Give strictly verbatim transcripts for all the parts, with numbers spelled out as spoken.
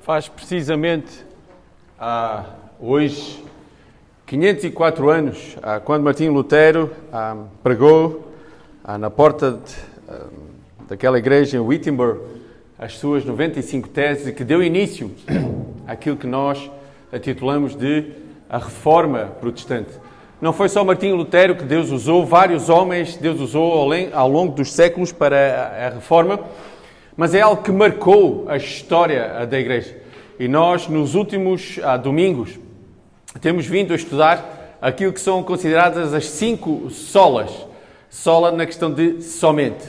Faz precisamente ah, hoje quinhentos e quatro anos, ah, quando Martinho Lutero ah, pregou ah, na porta de, ah, daquela igreja em Wittenberg as suas noventa e cinco teses e que deu início àquilo que nós titulamos de a Reforma Protestante. Não foi só Martinho Lutero que Deus usou, vários homens Deus usou ao longo dos séculos para a Reforma, mas é algo que marcou a história da Igreja. E nós, nos últimos ah, domingos, temos vindo a estudar aquilo que são consideradas as cinco solas. Sola na questão de somente.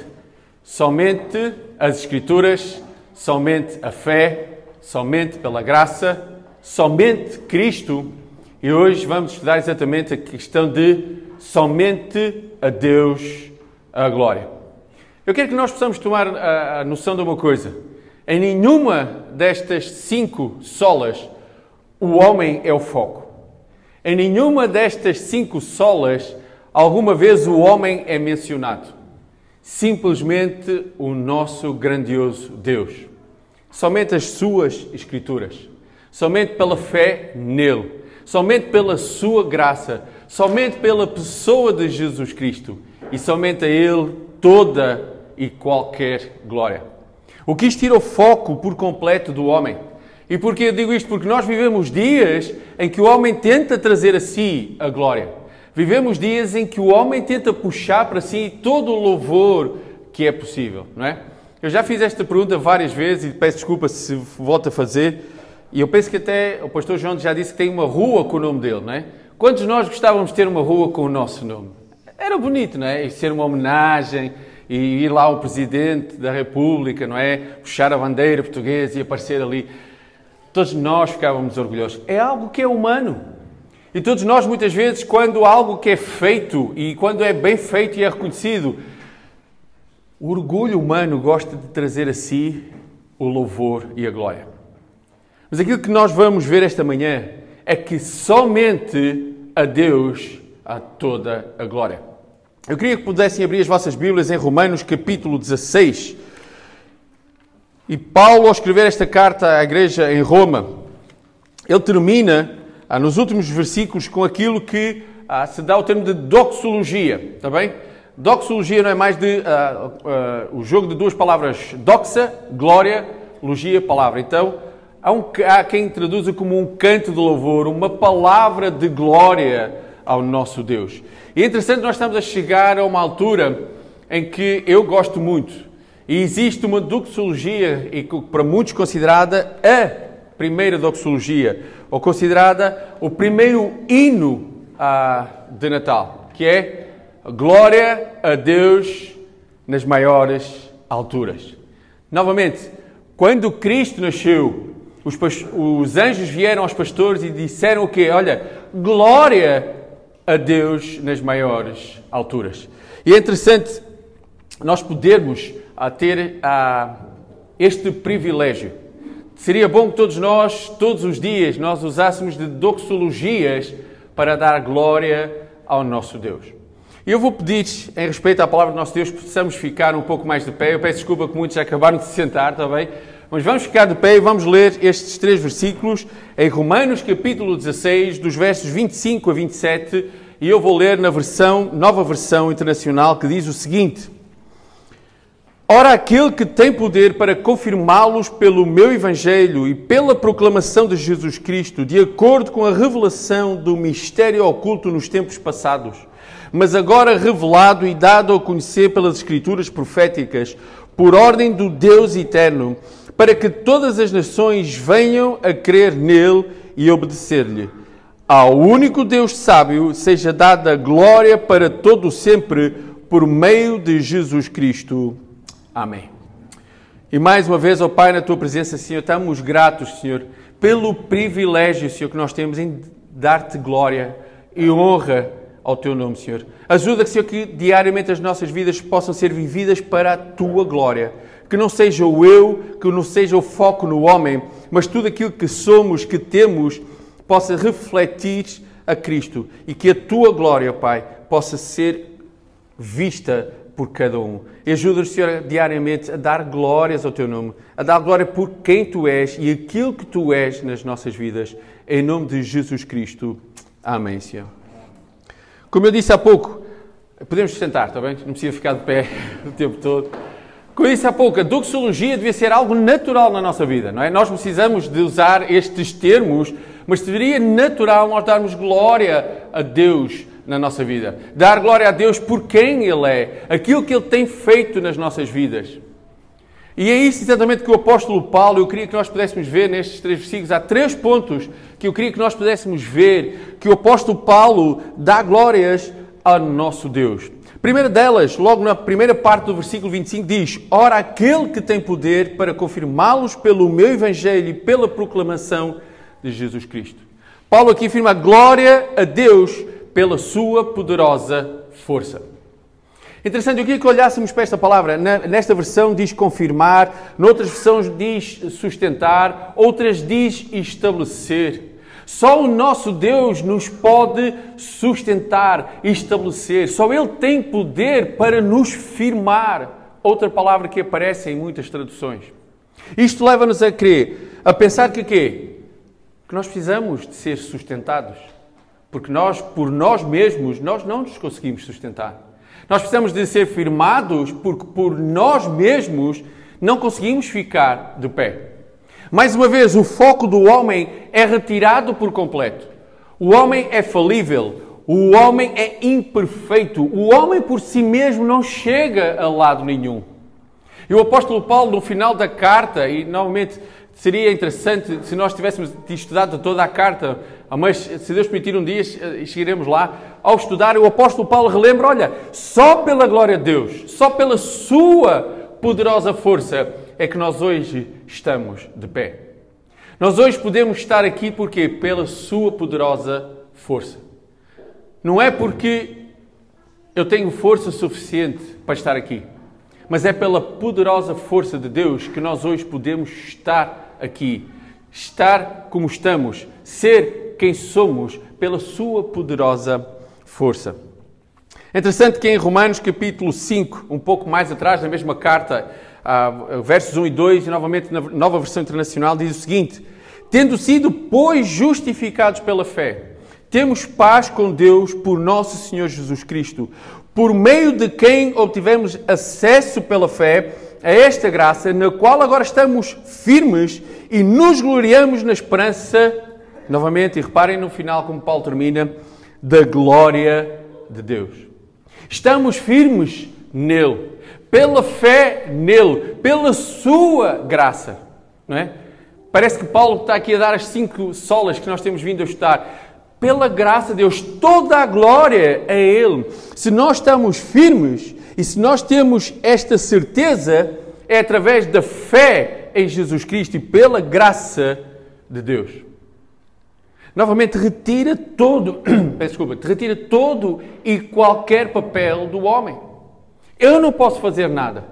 Somente as Escrituras, somente a fé, somente pela graça, somente Cristo. E hoje vamos estudar exatamente a questão de somente a Deus a glória. Eu quero que nós possamos tomar a, a noção de uma coisa. Em nenhuma destas cinco solas, o homem é o foco. Em nenhuma destas cinco solas, alguma vez o homem é mencionado. Simplesmente o nosso grandioso Deus. Somente as suas Escrituras. Somente pela fé nele. Somente pela sua graça. Somente pela pessoa de Jesus Cristo. E somente a ele toda e qualquer glória. O que isto tira o foco por completo do homem. E porquê eu digo isto? Porque nós vivemos dias em que o homem tenta trazer a si a glória. Vivemos dias em que o homem tenta puxar para si todo o louvor que é possível, não é? Eu já fiz esta pergunta várias vezes e peço desculpa se volto a fazer. E eu penso que até o pastor João já disse que tem uma rua com o nome dele, não é? Quantos de nós gostávamos de ter uma rua com o nosso nome? Era bonito, não é? E ser uma homenagem... E ir lá o Presidente da República, não é? Puxar a bandeira portuguesa e aparecer ali. Todos nós ficávamos orgulhosos. É algo que é humano. E todos nós, muitas vezes, quando algo que é feito e quando é bem feito e é reconhecido, o orgulho humano gosta de trazer a si o louvor e a glória. Mas aquilo que nós vamos ver esta manhã é que somente a Deus há toda a glória. Eu queria que pudessem abrir as vossas Bíblias em Romanos capítulo dezasseis. E Paulo, ao escrever esta carta à igreja em Roma, ele termina, ah, nos últimos versículos, com aquilo que ah, se dá o termo de doxologia. Está bem? Doxologia não é mais de ah, ah, o jogo de duas palavras. Doxa, glória, logia, palavra. Então, há, um, há quem traduza como um canto de louvor, uma palavra de glória ao nosso Deus. E é interessante, nós estamos a chegar a uma altura em que eu gosto muito. E existe uma doxologia, e para muitos considerada a primeira doxologia, ou considerada o primeiro hino ah, de Natal, que é glória a Deus nas maiores alturas. Novamente, quando Cristo nasceu, os, os anjos vieram aos pastores e disseram o quê? Olha, glória a Deus nas maiores alturas. E é interessante nós podermos a, ter a, este privilégio. Seria bom que todos nós, todos os dias, nós usássemos de doxologias para dar glória ao nosso Deus. E eu vou pedir, em respeito à palavra do nosso Deus, que possamos ficar um pouco mais de pé. Eu peço desculpa que muitos já acabaram de se sentar, está bem? Mas vamos ficar de pé e vamos ler estes três versículos em Romanos capítulo dezasseis, dos versos vinte e cinco a vinte e sete, e eu vou ler na versão, nova versão internacional, que diz o seguinte: Ora, aquele que tem poder para confirmá-los pelo meu Evangelho e pela proclamação de Jesus Cristo, de acordo com a revelação do mistério oculto nos tempos passados, mas agora revelado e dado a conhecer pelas Escrituras proféticas, por ordem do Deus eterno, para que todas as nações venham a crer nele e obedecer-lhe. Ao único Deus sábio seja dada glória para todo sempre, por meio de Jesus Cristo. Amém. E mais uma vez, ó Pai, na Tua presença, Senhor, estamos gratos, Senhor, pelo privilégio, Senhor, que nós temos em dar-Te glória e honra ao Teu nome, Senhor. Ajuda, Senhor, que diariamente as nossas vidas possam ser vividas para a Tua glória. Que não seja o eu, que não seja o foco no homem, mas tudo aquilo que somos, que temos, possa refletir a Cristo. E que a Tua glória, Pai, possa ser vista por cada um. E ajuda-nos, Senhor, diariamente a dar glórias ao Teu nome, a dar glória por quem Tu és e aquilo que Tu és nas nossas vidas. Em nome de Jesus Cristo. Amém, Senhor. Como eu disse há pouco, podemos sentar, está bem? Não precisa ficar de pé o tempo todo. Como eu disse há pouco, a doxologia devia ser algo natural na nossa vida, não é? Nós precisamos de usar estes termos, mas seria natural nós darmos glória a Deus na nossa vida. Dar glória a Deus por quem Ele é, aquilo que Ele tem feito nas nossas vidas. E é isso exatamente que o apóstolo Paulo, eu queria que nós pudéssemos ver nestes três versículos. Há três pontos que eu queria que nós pudéssemos ver, que o apóstolo Paulo dá glórias ao nosso Deus. A primeira delas, logo na primeira parte do versículo vinte e cinco, diz: Ora, aquele que tem poder para confirmá-los pelo meu evangelho e pela proclamação de Jesus Cristo. Paulo aqui afirma glória a Deus pela sua poderosa força. Interessante, eu queria que olhássemos para esta palavra. Nesta versão diz confirmar, noutras versões diz sustentar, outras diz estabelecer. Só o nosso Deus nos pode sustentar e estabelecer. Só Ele tem poder para nos firmar. Outra palavra que aparece em muitas traduções. Isto leva-nos a crer, a pensar que quê? Que nós precisamos de ser sustentados. Porque nós, por nós mesmos, nós não nos conseguimos sustentar. Nós precisamos de ser firmados porque por nós mesmos não conseguimos ficar de pé. Mais uma vez, o foco do homem é retirado por completo. O homem é falível. O homem é imperfeito. O homem por si mesmo não chega a lado nenhum. E o apóstolo Paulo, no final da carta, e novamente seria interessante se nós tivéssemos estudado toda a carta, mas se Deus permitir um dia chegaremos lá, ao estudar, o apóstolo Paulo relembra, olha, só pela glória de Deus, só pela sua poderosa força é que nós hoje estamos de pé. Nós hoje podemos estar aqui porque pela sua poderosa força. Não é porque eu tenho força suficiente para estar aqui, mas é pela poderosa força de Deus que nós hoje podemos estar aqui, estar como estamos, ser quem somos pela sua poderosa força. É interessante que em Romanos capítulo cinco, um pouco mais atrás, na mesma carta, uh, versos um e dois, e novamente na Nova Versão Internacional, diz o seguinte: tendo sido, pois, justificados pela fé, temos paz com Deus por nosso Senhor Jesus Cristo, por meio de quem obtivemos acesso pela fé a esta graça, na qual agora estamos firmes e nos gloriamos na esperança, novamente, e reparem no final como Paulo termina, da glória de Deus. Estamos firmes nele, pela fé nele, pela sua graça, não é? Parece que Paulo está aqui a dar as cinco solas que nós temos vindo a estudar. Pela graça de Deus, toda a glória a Ele. Se nós estamos firmes e se nós temos esta certeza, é através da fé em Jesus Cristo e pela graça de Deus. Novamente, retira todo, peço desculpa, retira todo e qualquer papel do homem. Eu não posso fazer nada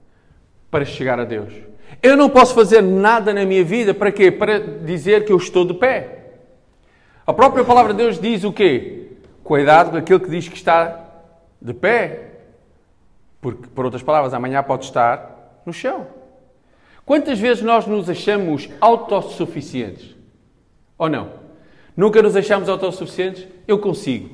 para chegar a Deus. Eu não posso fazer nada na minha vida, para quê? Para dizer que eu estou de pé. A própria palavra de Deus diz o quê? Cuidado com aquele que diz que está de pé. Porque, por outras palavras, amanhã pode estar no chão. Quantas vezes nós nos achamos autossuficientes? Ou não? Nunca nos achamos autossuficientes? Eu consigo.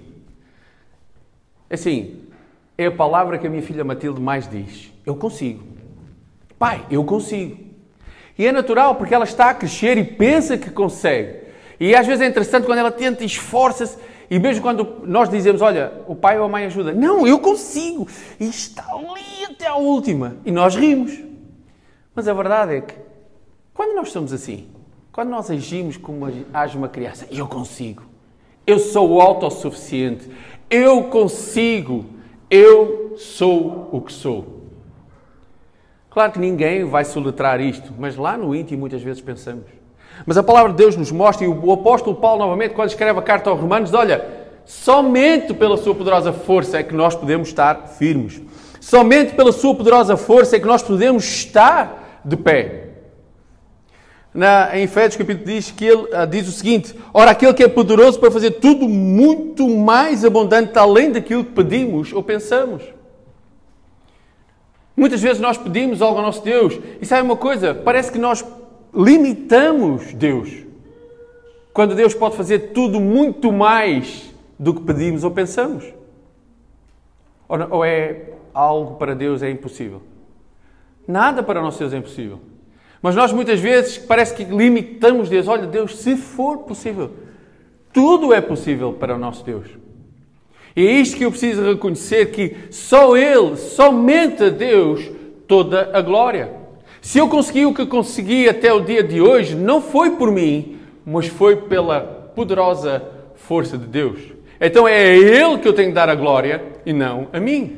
Assim, é a palavra que a minha filha Matilde mais diz. Eu consigo. Pai, eu consigo. E é natural, porque ela está a crescer e pensa que consegue. E às vezes é interessante quando ela tenta e esforça-se, e mesmo quando nós dizemos, olha, o pai ou a mãe ajuda. Não, eu consigo. E está ali até à última. E nós rimos. Mas a verdade é que, quando nós somos assim, quando nós agimos como age uma criança, eu consigo. Eu sou o autossuficiente. Eu consigo. Eu sou o que sou. Claro que ninguém vai soletrar isto, mas lá no íntimo muitas vezes pensamos. Mas a palavra de Deus nos mostra, e o apóstolo Paulo, novamente, quando escreve a carta aos Romanos, diz, olha, somente pela sua poderosa força é que nós podemos estar firmes. Somente pela sua poderosa força é que nós podemos estar de pé. Na, em Efésios capítulo diz que ele uh, diz o seguinte: ora, aquele que é poderoso para fazer tudo muito mais abundante além daquilo que pedimos ou pensamos. Muitas vezes nós pedimos algo ao nosso Deus e sabe uma coisa? Parece que nós limitamos Deus. Quando Deus pode fazer tudo muito mais do que pedimos ou pensamos. Ou, ou é algo para Deus é impossível? Nada para o nosso Deus é impossível. Mas nós muitas vezes parece que limitamos Deus. Olha, Deus, se for possível, tudo é possível para o nosso Deus. E é isto que eu preciso reconhecer, que só Ele, somente a Deus, toda a glória. Se eu consegui o que consegui até o dia de hoje, não foi por mim, mas foi pela poderosa força de Deus. Então é a Ele que eu tenho que dar a glória e não a mim.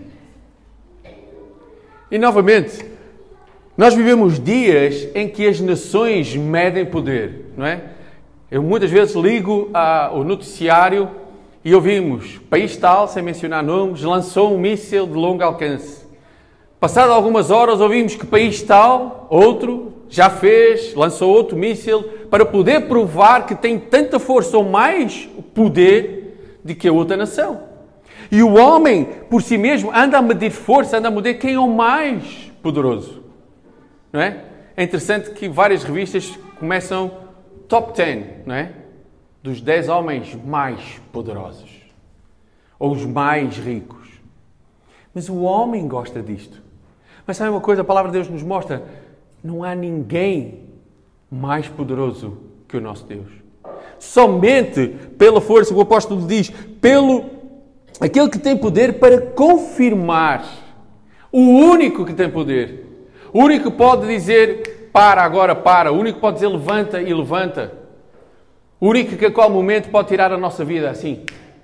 E novamente, nós vivemos dias em que as nações medem poder, não é? Eu muitas vezes ligo ao noticiário e ouvimos, país tal, sem mencionar nomes, lançou um míssil de longo alcance. Passado algumas horas ouvimos que país tal, outro, já fez, lançou outro míssil para poder provar que tem tanta força ou mais poder do que a outra nação. E o homem, por si mesmo, anda a medir força, anda a medir quem é o mais poderoso. Não é? É interessante que várias revistas começam top dez, não é? Dos dez homens mais poderosos. Ou os mais ricos. Mas o homem gosta disto. Mas sabe uma coisa? A palavra de Deus nos mostra, não há ninguém mais poderoso que o nosso Deus. Somente pela força, o apóstolo diz, pelo aquele que tem poder para confirmar. O único que tem poder. O único que pode dizer, para, agora para. O único que pode dizer, levanta e levanta. O único que a qual momento pode tirar a nossa vida assim.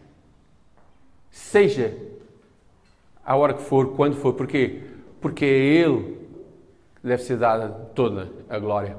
Seja a hora que for, quando for. Porquê? Porque é Ele que deve ser dada toda a glória.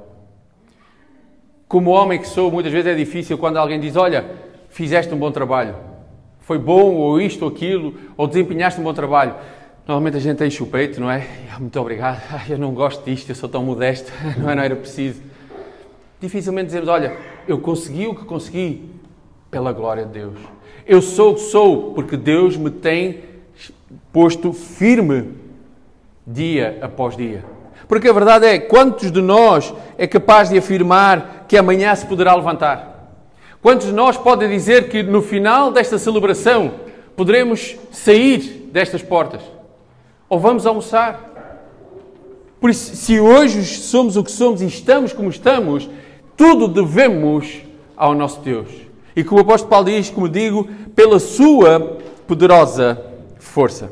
Como homem que sou, muitas vezes é difícil quando alguém diz, olha, fizeste um bom trabalho. Foi bom, ou isto, ou aquilo, ou desempenhaste um bom trabalho. Normalmente a gente enche o peito, não é? Muito obrigado. Ai, eu não gosto disto, eu sou tão modesto. Não, é, não era preciso. Dificilmente dizemos, olha, eu consegui o que consegui pela glória de Deus. Eu sou o que sou porque Deus me tem posto firme dia após dia. Porque a verdade é, quantos de nós é capaz de afirmar que amanhã se poderá levantar? Quantos de nós podem dizer que no final desta celebração poderemos sair destas portas? Ou vamos almoçar? Por isso, se hoje somos o que somos e estamos como estamos, tudo devemos ao nosso Deus. E como o apóstolo Paulo diz, como digo, pela sua poderosa força.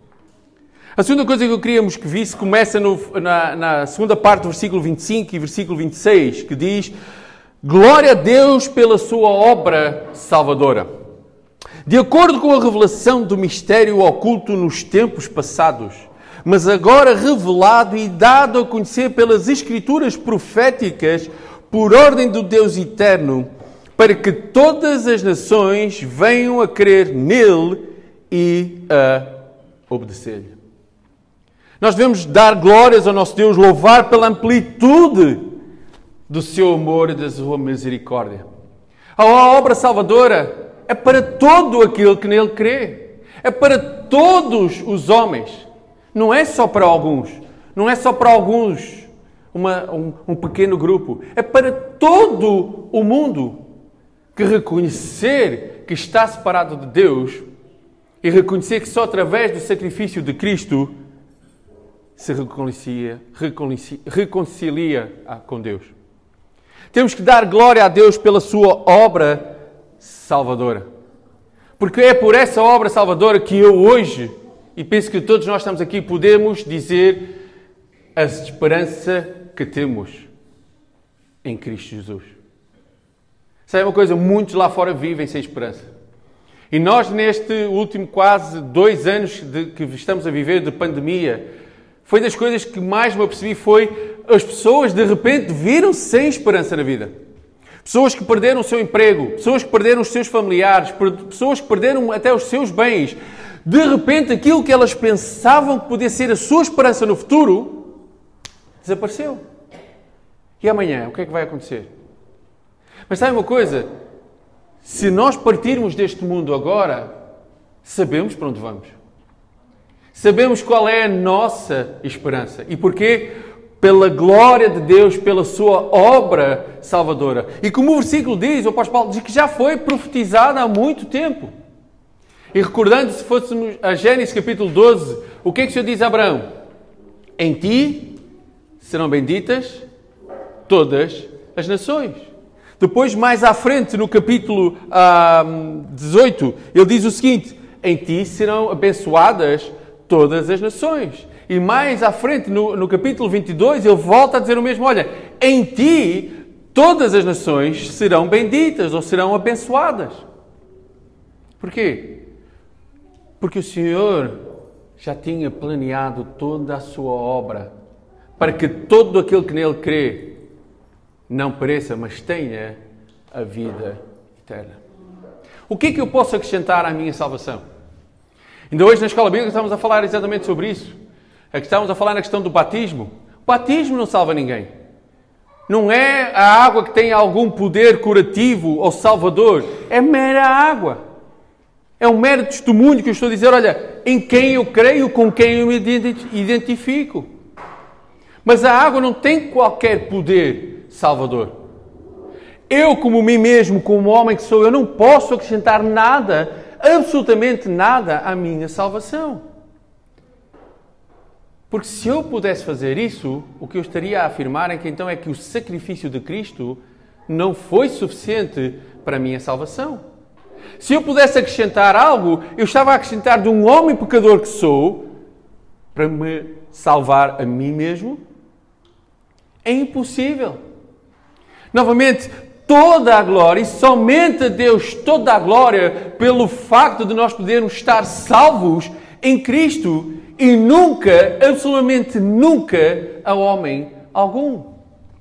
A segunda coisa que eu queríamos que visse começa no, na, na segunda parte do versículo vinte e cinco e versículo vinte e seis, que diz: glória a Deus pela sua obra salvadora. De acordo com a revelação do mistério oculto nos tempos passados, mas agora revelado e dado a conhecer pelas Escrituras proféticas, por ordem do Deus eterno, para que todas as nações venham a crer nele e a obedecer-lhe. Nós devemos dar glórias ao nosso Deus, louvar pela amplitude do seu amor e da sua misericórdia. A obra salvadora é para todo aquele que nele crê. É para todos os homens. Não é só para alguns. Não é só para alguns, uma, um, um pequeno grupo. É para todo o mundo que reconhecer que está separado de Deus e reconhecer que só através do sacrifício de Cristo se reconcilia, reconcilia, reconcilia com Deus. Temos que dar glória a Deus pela sua obra salvadora. Porque é por essa obra salvadora que eu hoje, e penso que todos nós estamos aqui, podemos dizer a esperança que temos em Cristo Jesus. Sabe uma coisa? Muitos lá fora vivem sem esperança. E nós, neste último quase dois anos de, que estamos a viver de pandemia, foi das coisas que mais me apercebi, foi as pessoas de repente viram-se sem esperança na vida. Pessoas que perderam o seu emprego, pessoas que perderam os seus familiares, pessoas que perderam até os seus bens. De repente, aquilo que elas pensavam que podia ser a sua esperança no futuro, desapareceu. E amanhã, o que é que vai acontecer? Mas sabe uma coisa? Se nós partirmos deste mundo agora, sabemos para onde vamos. Sabemos qual é a nossa esperança. E porquê? Pela glória de Deus, pela sua obra salvadora. E como o versículo diz, o apóstolo Paulo diz que já foi profetizada há muito tempo. E recordando, se fôssemos a Gênesis capítulo doze, o que é que o Senhor diz a Abraão? Em ti serão benditas todas as nações. Depois, mais à frente, no capítulo ah, dezoito, ele diz o seguinte: em ti serão abençoadas todas as nações. E mais à frente, no, no capítulo vinte e dois, ele volta a dizer o mesmo: olha, em ti todas as nações serão benditas ou serão abençoadas. Porquê? Porque o Senhor já tinha planeado toda a sua obra para que todo aquele que nele crê não pereça, mas tenha a vida eterna. O que é que eu posso acrescentar à minha salvação? Ainda hoje na Escola Bíblica estamos a falar exatamente sobre isso. Aqui estamos a falar na questão do batismo. O batismo não salva ninguém. Não é a água que tem algum poder curativo ou salvador. É mera água. É um mero testemunho que eu estou a dizer, olha, em quem eu creio, com quem eu me identifico. Mas a água não tem qualquer poder salvador. Eu, como mim mesmo, como homem que sou, eu não posso acrescentar nada, absolutamente nada, à minha salvação. Porque se eu pudesse fazer isso, o que eu estaria a afirmar é que então é que o sacrifício de Cristo não foi suficiente para a minha salvação. Se eu pudesse acrescentar algo, eu estava a acrescentar de um homem pecador que sou para me salvar a mim mesmo. É impossível. Novamente, toda a glória, e somente a Deus toda a glória, pelo facto de nós podermos estar salvos em Cristo e nunca, absolutamente nunca, a homem algum.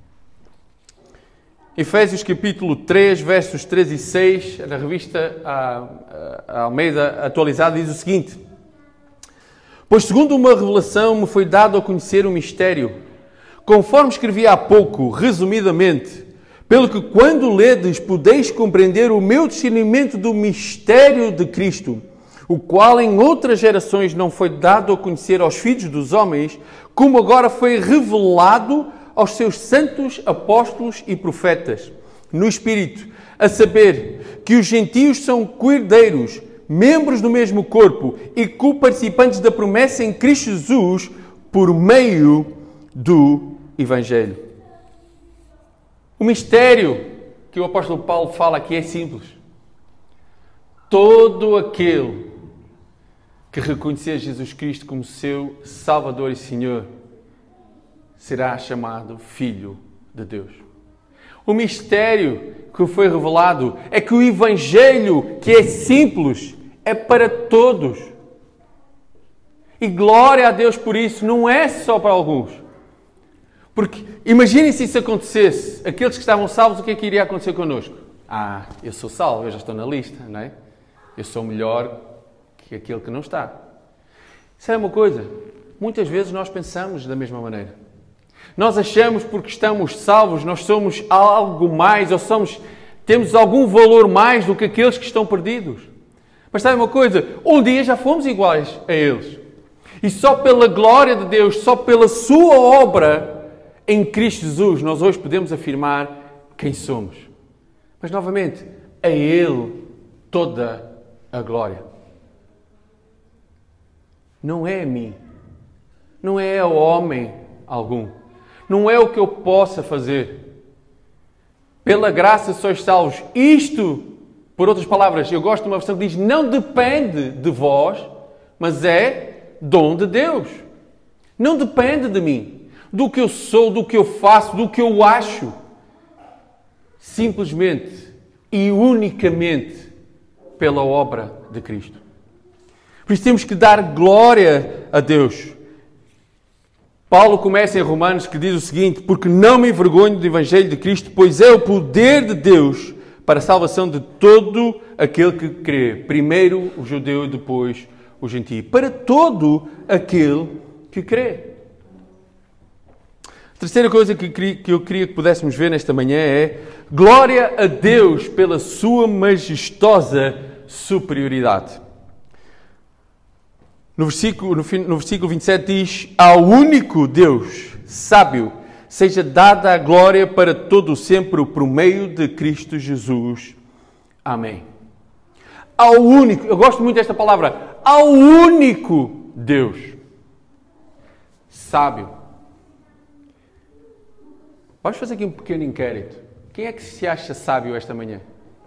Efésios capítulo três, versos três e seis, na revista a, a Almeida atualizada, diz o seguinte: pois segundo uma revelação me foi dado a conhecer o mistério, conforme escrevi há pouco, resumidamente, pelo que quando ledes podeis compreender o meu discernimento do mistério de Cristo, o qual em outras gerações não foi dado a conhecer aos filhos dos homens, como agora foi revelado aos seus santos apóstolos e profetas, no Espírito, a saber que os gentios são coerdeiros, membros do mesmo corpo e co-participantes da promessa em Cristo Jesus por meio do Evangelho. O mistério que o apóstolo Paulo fala aqui é simples. Todo aquele que reconhecer Jesus Cristo como seu Salvador e Senhor será chamado Filho de Deus. O mistério que foi revelado é que o Evangelho, que é simples, é para todos. E glória a Deus por isso, não é só para alguns. Porque imaginem se isso acontecesse, aqueles que estavam salvos, o que é que iria acontecer connosco? Ah, eu sou salvo, eu já estou na lista, não é? Eu sou melhor que aquele que não está. Sabe uma coisa? Muitas vezes nós pensamos da mesma maneira. Nós achamos porque estamos salvos, nós somos algo mais, ou somos, temos algum valor mais do que aqueles que estão perdidos. Mas sabe uma coisa? Um dia já fomos iguais a eles. E só pela glória de Deus, só pela sua obra em Cristo Jesus, nós hoje podemos afirmar quem somos. Mas novamente, a Ele toda a glória. Não é a mim. Não é a homem algum. Não é o que eu possa fazer. Pela graça sois salvos. Isto, por outras palavras, eu gosto de uma versão que diz, não depende de vós, mas é dom de Deus. Não depende de mim, do que eu sou, do que eu faço, do que eu acho. Simplesmente e unicamente pela obra de Cristo. Por isso temos que dar glória a Deus. Paulo começa em Romanos que diz o seguinte: porque não me envergonho do Evangelho de Cristo, pois é o poder de Deus para a salvação de todo aquele que crê. Primeiro o judeu e depois o gentio. Para todo aquele que crê. A terceira coisa que eu queria que pudéssemos ver nesta manhã é glória a Deus pela sua majestosa superioridade. No versículo, no, no versículo vinte e sete diz: ao único Deus sábio seja dada a glória para todo o sempre por meio de Cristo Jesus. Amém. Ao único, eu gosto muito desta palavra, ao único Deus sábio. Vamos fazer aqui um pequeno inquérito. Quem é que se acha sábio esta manhã?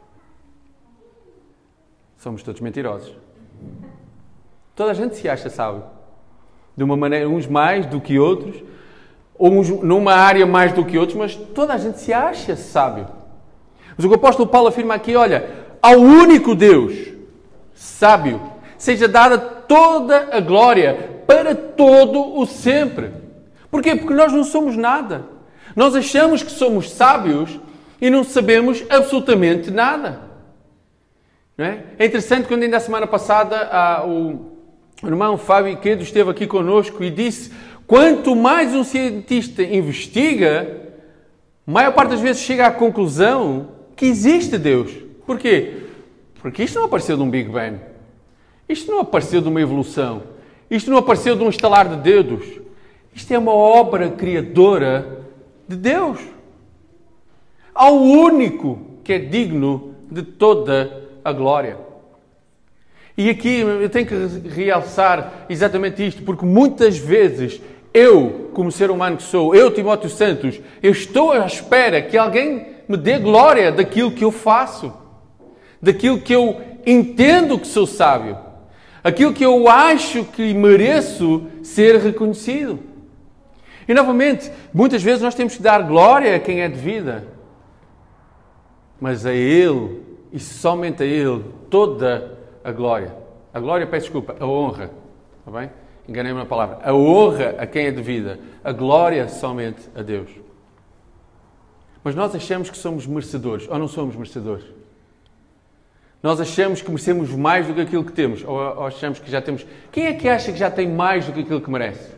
Somos todos mentirosos. Toda a gente se acha sábio. De uma maneira, uns mais do que outros, ou uns numa área mais do que outros, mas toda a gente se acha sábio. Mas o que o apóstolo Paulo afirma aqui, olha, ao único Deus sábio seja dada toda a glória para todo o sempre. Porquê? Porque nós não somos nada. Nós achamos que somos sábios e não sabemos absolutamente nada. Não é? É interessante quando ainda a semana passada ah, o O irmão Fábio Quedo esteve aqui connosco e disse: quanto mais um cientista investiga, a maior parte das vezes chega à conclusão que existe Deus. Porquê? Porque isto não apareceu de um Big Bang. Isto não apareceu de uma evolução. Isto não apareceu de um estalar de dedos. Isto é uma obra criadora de Deus. Ao único que é digno de toda a glória. E aqui eu tenho que realçar exatamente isto, porque muitas vezes eu, como ser humano que sou, eu, Timóteo Santos, eu estou à espera que alguém me dê glória daquilo que eu faço, daquilo que eu entendo que sou sábio, aquilo que eu acho que mereço ser reconhecido. E novamente, muitas vezes nós temos que dar glória a quem é devida, mas a Ele, e somente a Ele, toda a glória. A glória, peço desculpa, a honra. Está bem? Enganei-me na palavra. A honra a quem é devida. A glória somente a Deus. Mas nós achamos que somos merecedores, ou não somos merecedores? Nós achamos que merecemos mais do que aquilo que temos, ou, ou achamos que já temos... Quem é que acha que já tem mais do que aquilo que merece?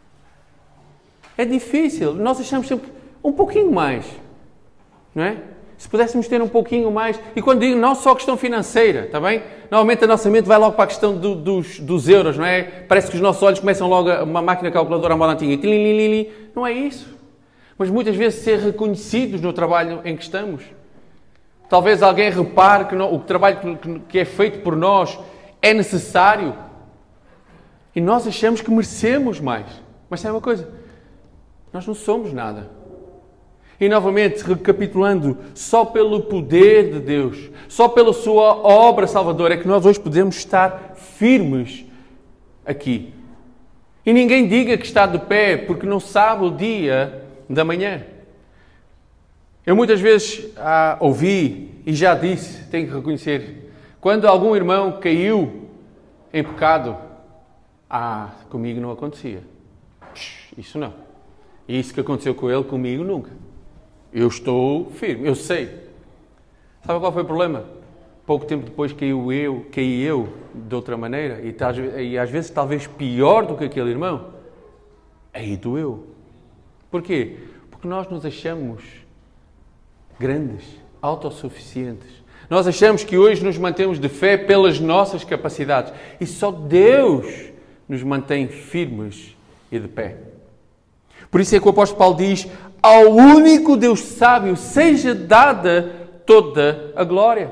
É difícil. Nós achamos sempre um pouquinho mais. Não é? Se pudéssemos ter um pouquinho mais... E quando digo não só a questão financeira, está bem? Normalmente a nossa mente vai logo para a questão do, dos, dos euros, não é? Parece que os nossos olhos começam logo a uma máquina calculadora à moda antiga. Não é isso. Mas muitas vezes ser reconhecidos no trabalho em que estamos. Talvez alguém repare que não, o trabalho que, que é feito por nós é necessário. E nós achamos que merecemos mais. Mas sabe uma coisa? Nós não somos nada. E novamente, recapitulando, só pelo poder de Deus, só pela sua obra salvadora é que nós hoje podemos estar firmes aqui. E ninguém diga que está de pé porque não sabe o dia da manhã. Eu muitas vezes ah, ouvi e já disse, tenho que reconhecer, quando algum irmão caiu em pecado, ah, comigo não acontecia. Isso não. E isso que aconteceu com ele, comigo nunca. Eu estou firme, eu sei. Sabe qual foi o problema? Pouco tempo depois caiu eu, caí eu de outra maneira, e, e às vezes talvez pior do que aquele irmão. Aí doeu. Porquê? Porque nós nos achamos grandes, autossuficientes. Nós achamos que hoje nos mantemos de fé pelas nossas capacidades. E só Deus nos mantém firmes e de pé. Por isso é que o apóstolo Paulo diz: ao único Deus sábio seja dada toda a glória.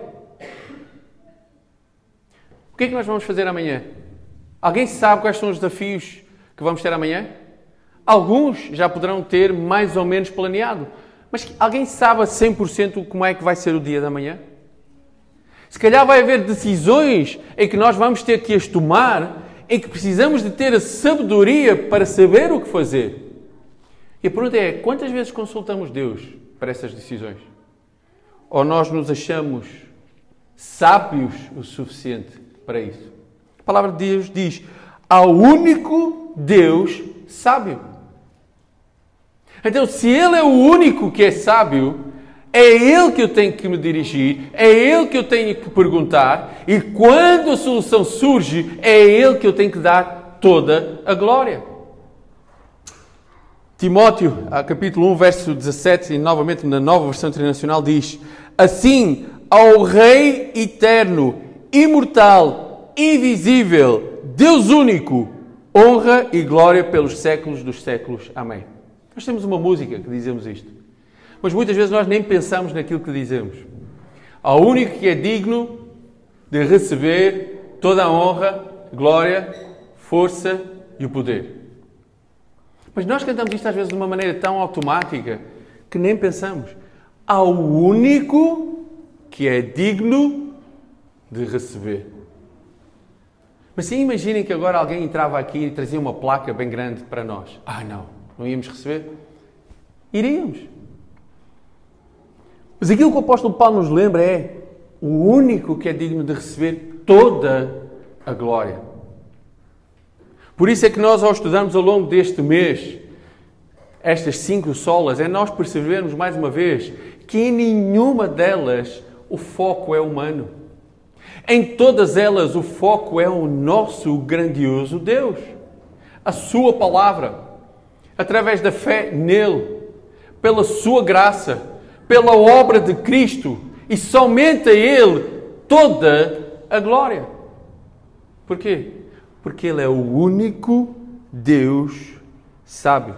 O que é que nós vamos fazer amanhã? Alguém sabe quais são os desafios que vamos ter amanhã? Alguns já poderão ter mais ou menos planeado. Mas alguém sabe a cem por cento como é que vai ser o dia da manhã? Se calhar vai haver decisões em que nós vamos ter que as tomar, em que precisamos de ter a sabedoria para saber o que fazer. E a pergunta é, quantas vezes consultamos Deus para essas decisões? Ou nós nos achamos sábios o suficiente para isso? A palavra de Deus diz: ao único Deus sábio. Então, se Ele é o único que é sábio, é Ele que eu tenho que me dirigir, é Ele que eu tenho que perguntar, e quando a solução surge, é Ele que eu tenho que dar toda a glória. Timóteo, capítulo um, verso dezassete, e novamente na nova versão internacional, diz: assim, ao Rei eterno, imortal, invisível, Deus único, honra e glória pelos séculos dos séculos. Amém. Nós temos uma música que dizemos isto. Mas muitas vezes nós nem pensamos naquilo que dizemos. Ao único que é digno de receber toda a honra, glória, força e o poder. Mas nós cantamos isto às vezes de uma maneira tão automática que nem pensamos. Ao único que é digno de receber. Mas sim, imaginem que agora alguém entrava aqui e trazia uma placa bem grande para nós. Ah, não, não íamos receber? Iríamos. Mas aquilo que o apóstolo Paulo nos lembra é o único que é digno de receber toda a glória. Por isso é que nós, ao estudarmos ao longo deste mês estas cinco solas, é nós percebermos mais uma vez que em nenhuma delas o foco é humano. Em todas elas o foco é o nosso grandioso Deus. A sua palavra, através da fé nele, pela sua graça, pela obra de Cristo, e somente a Ele toda a glória. Porquê? Porque Ele é o único Deus sábio.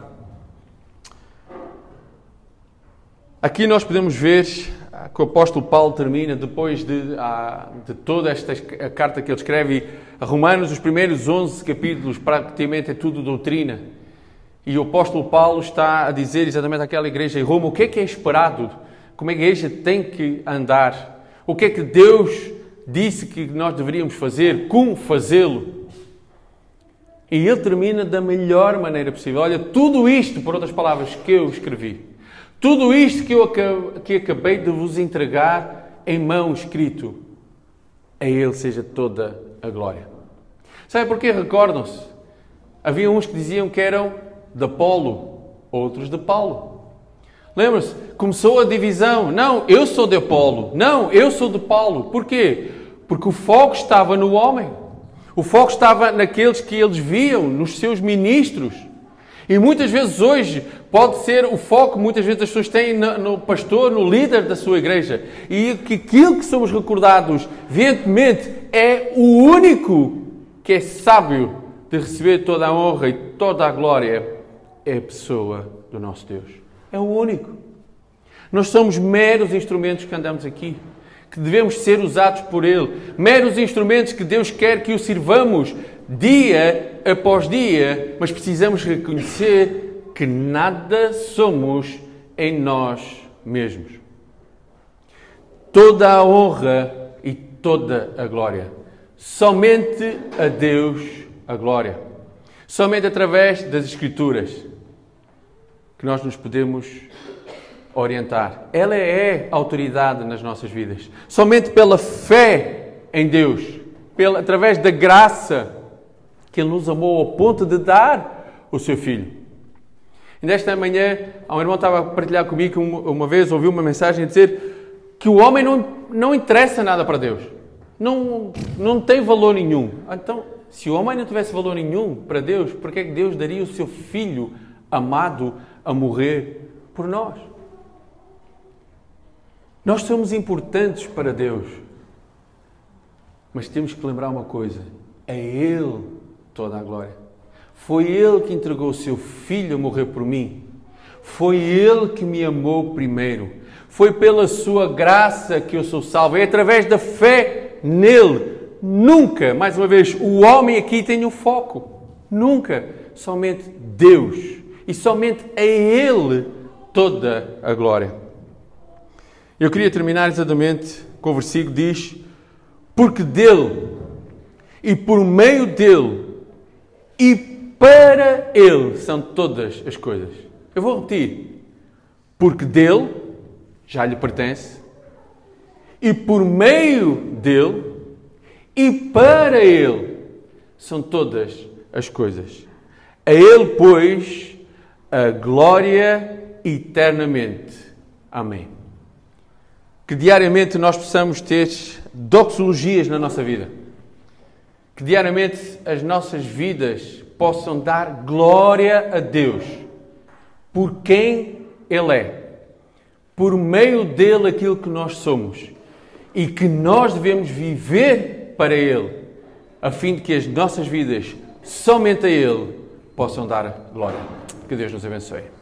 Aqui nós podemos ver que o apóstolo Paulo termina, depois de, de toda esta carta que ele escreve a Romanos, os primeiros onze capítulos praticamente é tudo doutrina. E o apóstolo Paulo está a dizer exatamente àquela igreja em Roma o que é que é esperado, como é que a igreja tem que andar, o que é que Deus disse que nós deveríamos fazer, como fazê-lo. E ele termina da melhor maneira possível. Olha, tudo isto, por outras palavras, que eu escrevi, tudo isto que eu que acabei de vos entregar em mão escrito, a Ele seja toda a glória. Sabe porquê? Recordam-se? Havia uns que diziam que eram de Apolo, outros de Paulo. Lembram-se? Começou a divisão. Não, eu sou de Apolo. Não, eu sou de Paulo. Porquê? Porque o foco estava no homem. O foco estava naqueles que eles viam, nos seus ministros. E muitas vezes hoje pode ser o foco, muitas vezes as pessoas têm no, no pastor, no líder da sua igreja. E que aquilo que somos recordados veementemente é o único que é sábio de receber toda a honra e toda a glória, é a pessoa do nosso Deus. É o único. Nós somos meros instrumentos que andamos aqui, que devemos ser usados por Ele. Meros instrumentos que Deus quer que o sirvamos dia após dia, mas precisamos reconhecer que nada somos em nós mesmos. Toda a honra e toda a glória. Somente a Deus a glória. Somente através das Escrituras que nós nos podemos orientar. Ela é a autoridade nas nossas vidas. Somente pela fé em Deus, pela, através da graça que Ele nos amou ao ponto de dar o seu Filho. E nesta manhã, um irmão estava a partilhar comigo que uma, uma vez ouviu uma mensagem a dizer que o homem não, não interessa nada para Deus. Não, não tem valor nenhum. Então, se o homem não tivesse valor nenhum para Deus, por que é que Deus daria o seu Filho amado a morrer por nós? Nós somos importantes para Deus. Mas temos que lembrar uma coisa. É Ele toda a glória. Foi Ele que entregou o seu Filho a morrer por mim. Foi Ele que me amou primeiro. Foi pela sua graça que eu sou salvo. É através da fé nele. Nunca, mais uma vez, o homem aqui tem um foco. Nunca. Somente Deus. E somente a Ele toda a glória. Eu queria terminar exatamente com o versículo que diz: porque dele e por meio dele e para ele são todas as coisas. Eu vou repetir. Porque dele já lhe pertence, e por meio dele e para ele são todas as coisas. A ele, pois, a glória eternamente. Amém. Que diariamente nós possamos ter doxologias na nossa vida. Que diariamente as nossas vidas possam dar glória a Deus por quem Ele é, por meio dele aquilo que nós somos, e que nós devemos viver para Ele, a fim de que as nossas vidas, somente a Ele, possam dar glória. Que Deus nos abençoe.